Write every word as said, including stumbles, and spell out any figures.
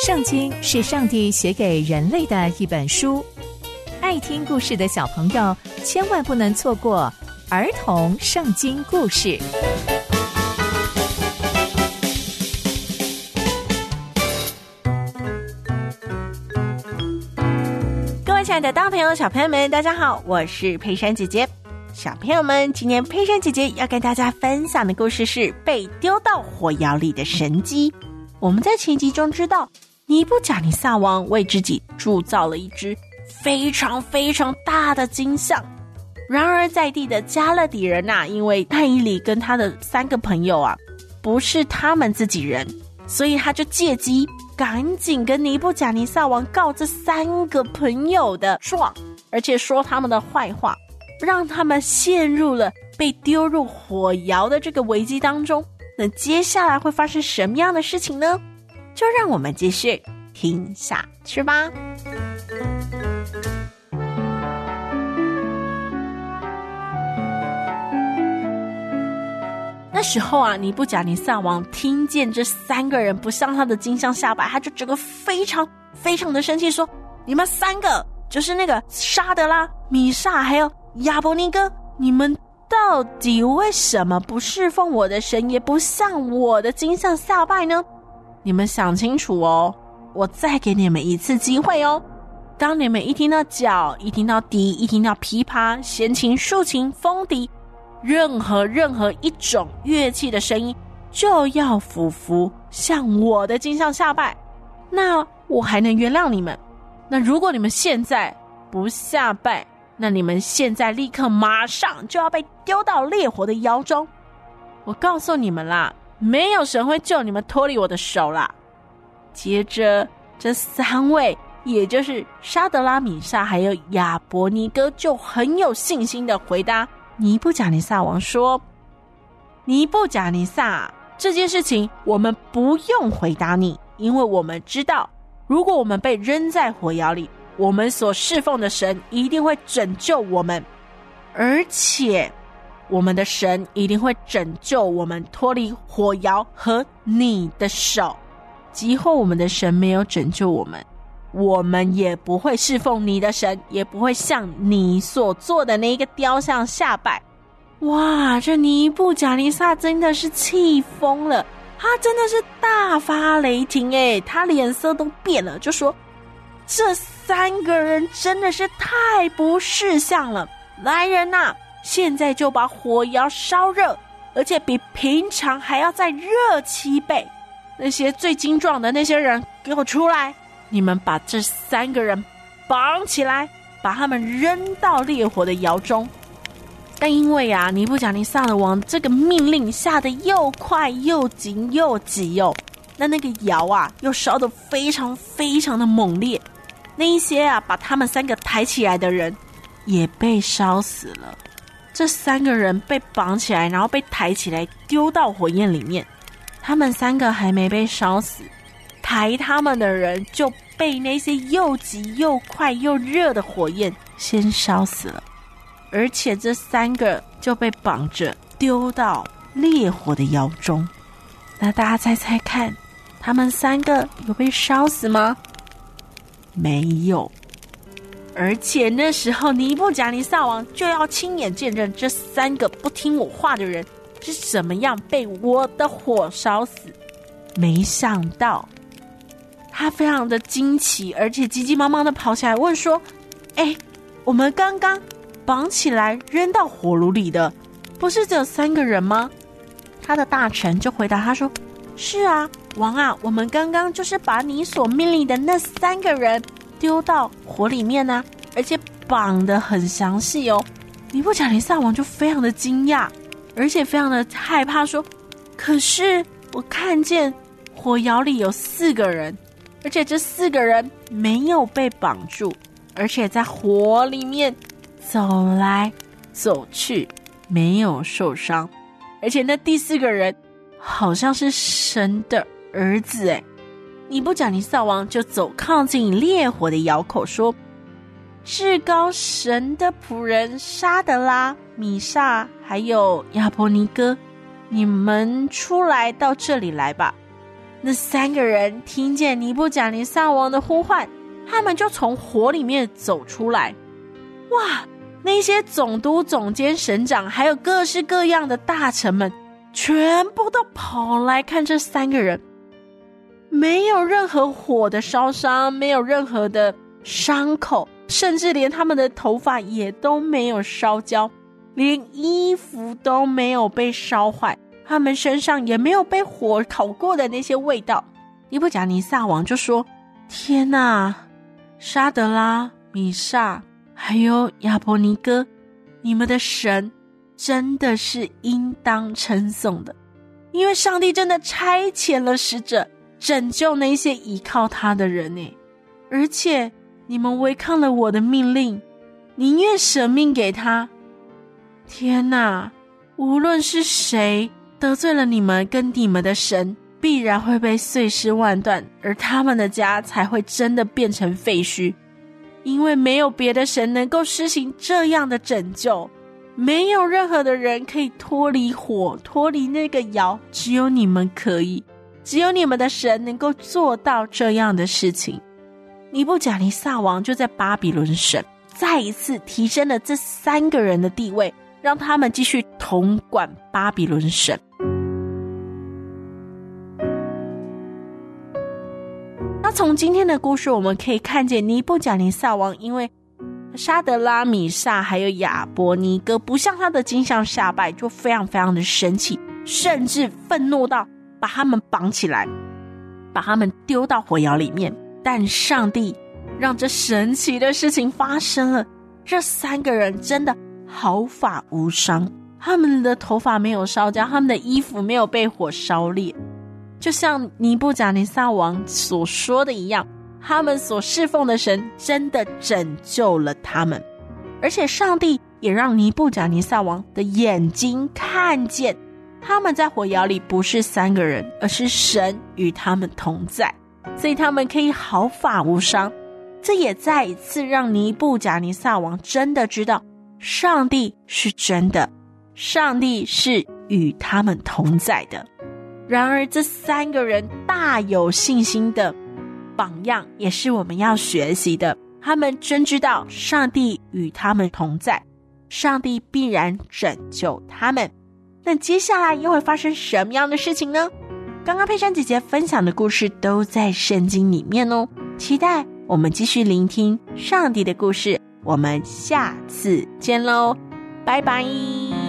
圣经是上帝写给人类的一本书，爱听故事的小朋友千万不能错过儿童圣经故事。 各位亲爱的大朋友小朋友们，大家好，我是佩珊姐姐。小朋友们，今天佩珊姐姐要跟大家分享的故事是被丢到火窑里的神鸡。我们在前集中知道，尼布甲尼撒王为自己铸造了一只非常非常大的金像。然而在地的加勒底人啊，因为但以理跟他的三个朋友啊不是他们自己人，所以他就借机赶紧跟尼布甲尼撒王告这三个朋友的状，而且说他们的坏话，让他们陷入了被丢入火窑的这个危机当中。那接下来会发生什么样的事情呢？就让我们继续听下去吧。那时候啊，尼布甲尼撒王听见这三个人不向他的金像下拜，他就整个非常非常的生气，说：你们三个就是那个沙德拉、米煞还有亚伯尼哥，你们到底为什么不侍奉我的神，也不向我的金像下拜呢？你们想清楚哦，我再给你们一次机会哦。当你们一听到角，一听到笛，一听到琵琶、弦琴、竖琴、风笛，任何任何一种乐器的声音，就要俯伏向我的金像下拜，那我还能原谅你们。那如果你们现在不下拜，那你们现在立刻马上就要被丢到烈火的窑中。我告诉你们啦，没有神会救你们脱离我的手啦。接着这三位，也就是沙德拉、米煞还有亚伯尼哥，就很有信心的回答尼布甲尼撒王说：尼布甲尼撒，这件事情我们不用回答你，因为我们知道，如果我们被扔在火窑里，我们所侍奉的神一定会拯救我们，而且我们的神一定会拯救我们脱离火窑和你的手。即或我们的神没有拯救我们，我们也不会侍奉你的神，也不会向你所做的那一个雕像下拜。哇，这尼布甲尼撒真的是气疯了，他真的是大发雷霆耶，他脸色都变了，就说这三个人真的是太不识相了，来人啊，现在就把火窑烧热，而且比平常还要再热七倍。那些最精壮的那些人给我出来，你们把这三个人绑起来，把他们扔到烈火的窑中。但因为啊，尼布甲尼撒的王这个命令下得又快又紧又急哦，那那个窑啊又烧得非常非常的猛烈，那一些啊把他们三个抬起来的人也被烧死了。这三个人被绑起来，然后被抬起来丢到火焰里面，他们三个还没被烧死，抬他们的人就被那些又急又快又热的火焰先烧死了，而且这三个就被绑着丢到烈火的窑中。那大家猜猜看，他们三个有被烧死吗？没有。而且那时候尼布甲尼撒王就要亲眼见证这三个不听我话的人是怎么样被我的火烧死。没想到他非常的惊奇，而且急急忙忙的跑起来问说：哎，我们刚刚绑起来扔到火炉里的不是只有三个人吗？他的大臣就回答他说：是啊，王啊，我们刚刚就是把你所命令的那三个人丢到火里面啊，而且绑得很详细哦。尼布甲尼撒王就非常的惊讶，而且非常的害怕说：可是我看见火窑里有四个人，而且这四个人没有被绑住，而且在火里面走来走去，没有受伤，而且那第四个人好像是神的儿子诶。尼布甲尼撒王就走靠近烈火的窑口说：至高神的仆人沙德拉、米煞还有亚伯尼哥，你们出来到这里来吧。 那三个人听见尼布甲尼撒王的呼唤，他们就从火里面走出来。哇，那些总督、总监、省长还有各式各样的大臣们全部都跑来看这三个人，没有任何火的烧伤，没有任何的伤口，甚至连他们的头发也都没有烧焦，连衣服都没有被烧坏，他们身上也没有被火烤过的那些味道。尼布甲尼撒王就说，天哪，沙德拉、米煞还有亚伯尼哥，你们的神真的是应当称颂的，因为上帝真的差遣了使者拯救那些依靠他的人耶，而且你们违抗了我的命令，宁愿舍命给他。天哪，无论是谁得罪了你们跟你们的神，必然会被碎尸万段，而他们的家才会真的变成废墟。因为没有别的神能够施行这样的拯救，没有任何的人可以脱离火，脱离那个窑，只有你们可以，只有你们的神能够做到这样的事情。尼布甲尼撒王就在巴比伦省再一次提升了这三个人的地位，让他们继续统管巴比伦省。那从今天的故事我们可以看见，尼布甲尼撒王因为沙德拉、米煞还有亚伯尼哥不向他的金像下拜，就非常非常的生气，甚至愤怒到把他们绑起来，把他们丢到火窑里面。但上帝让这神奇的事情发生了，这三个人真的毫发无伤，他们的头发没有烧焦，他们的衣服没有被火烧裂，就像尼布甲尼撒王所说的一样，他们所侍奉的神真的拯救了他们。而且上帝也让尼布甲尼撒王的眼睛看见，他们在火窑里不是三个人，而是神与他们同在，所以他们可以毫发无伤。这也再一次让尼布甲尼撒王真的知道，上帝是真的，上帝是与他们同在的。然而这三个人大有信心的榜样也是我们要学习的，他们真知道上帝与他们同在，上帝必然拯救他们。那接下来又会发生什么样的事情呢？刚刚佩珊姐姐分享的故事都在圣经里面哦，期待我们继续聆听上帝的故事，我们下次见咯，拜拜。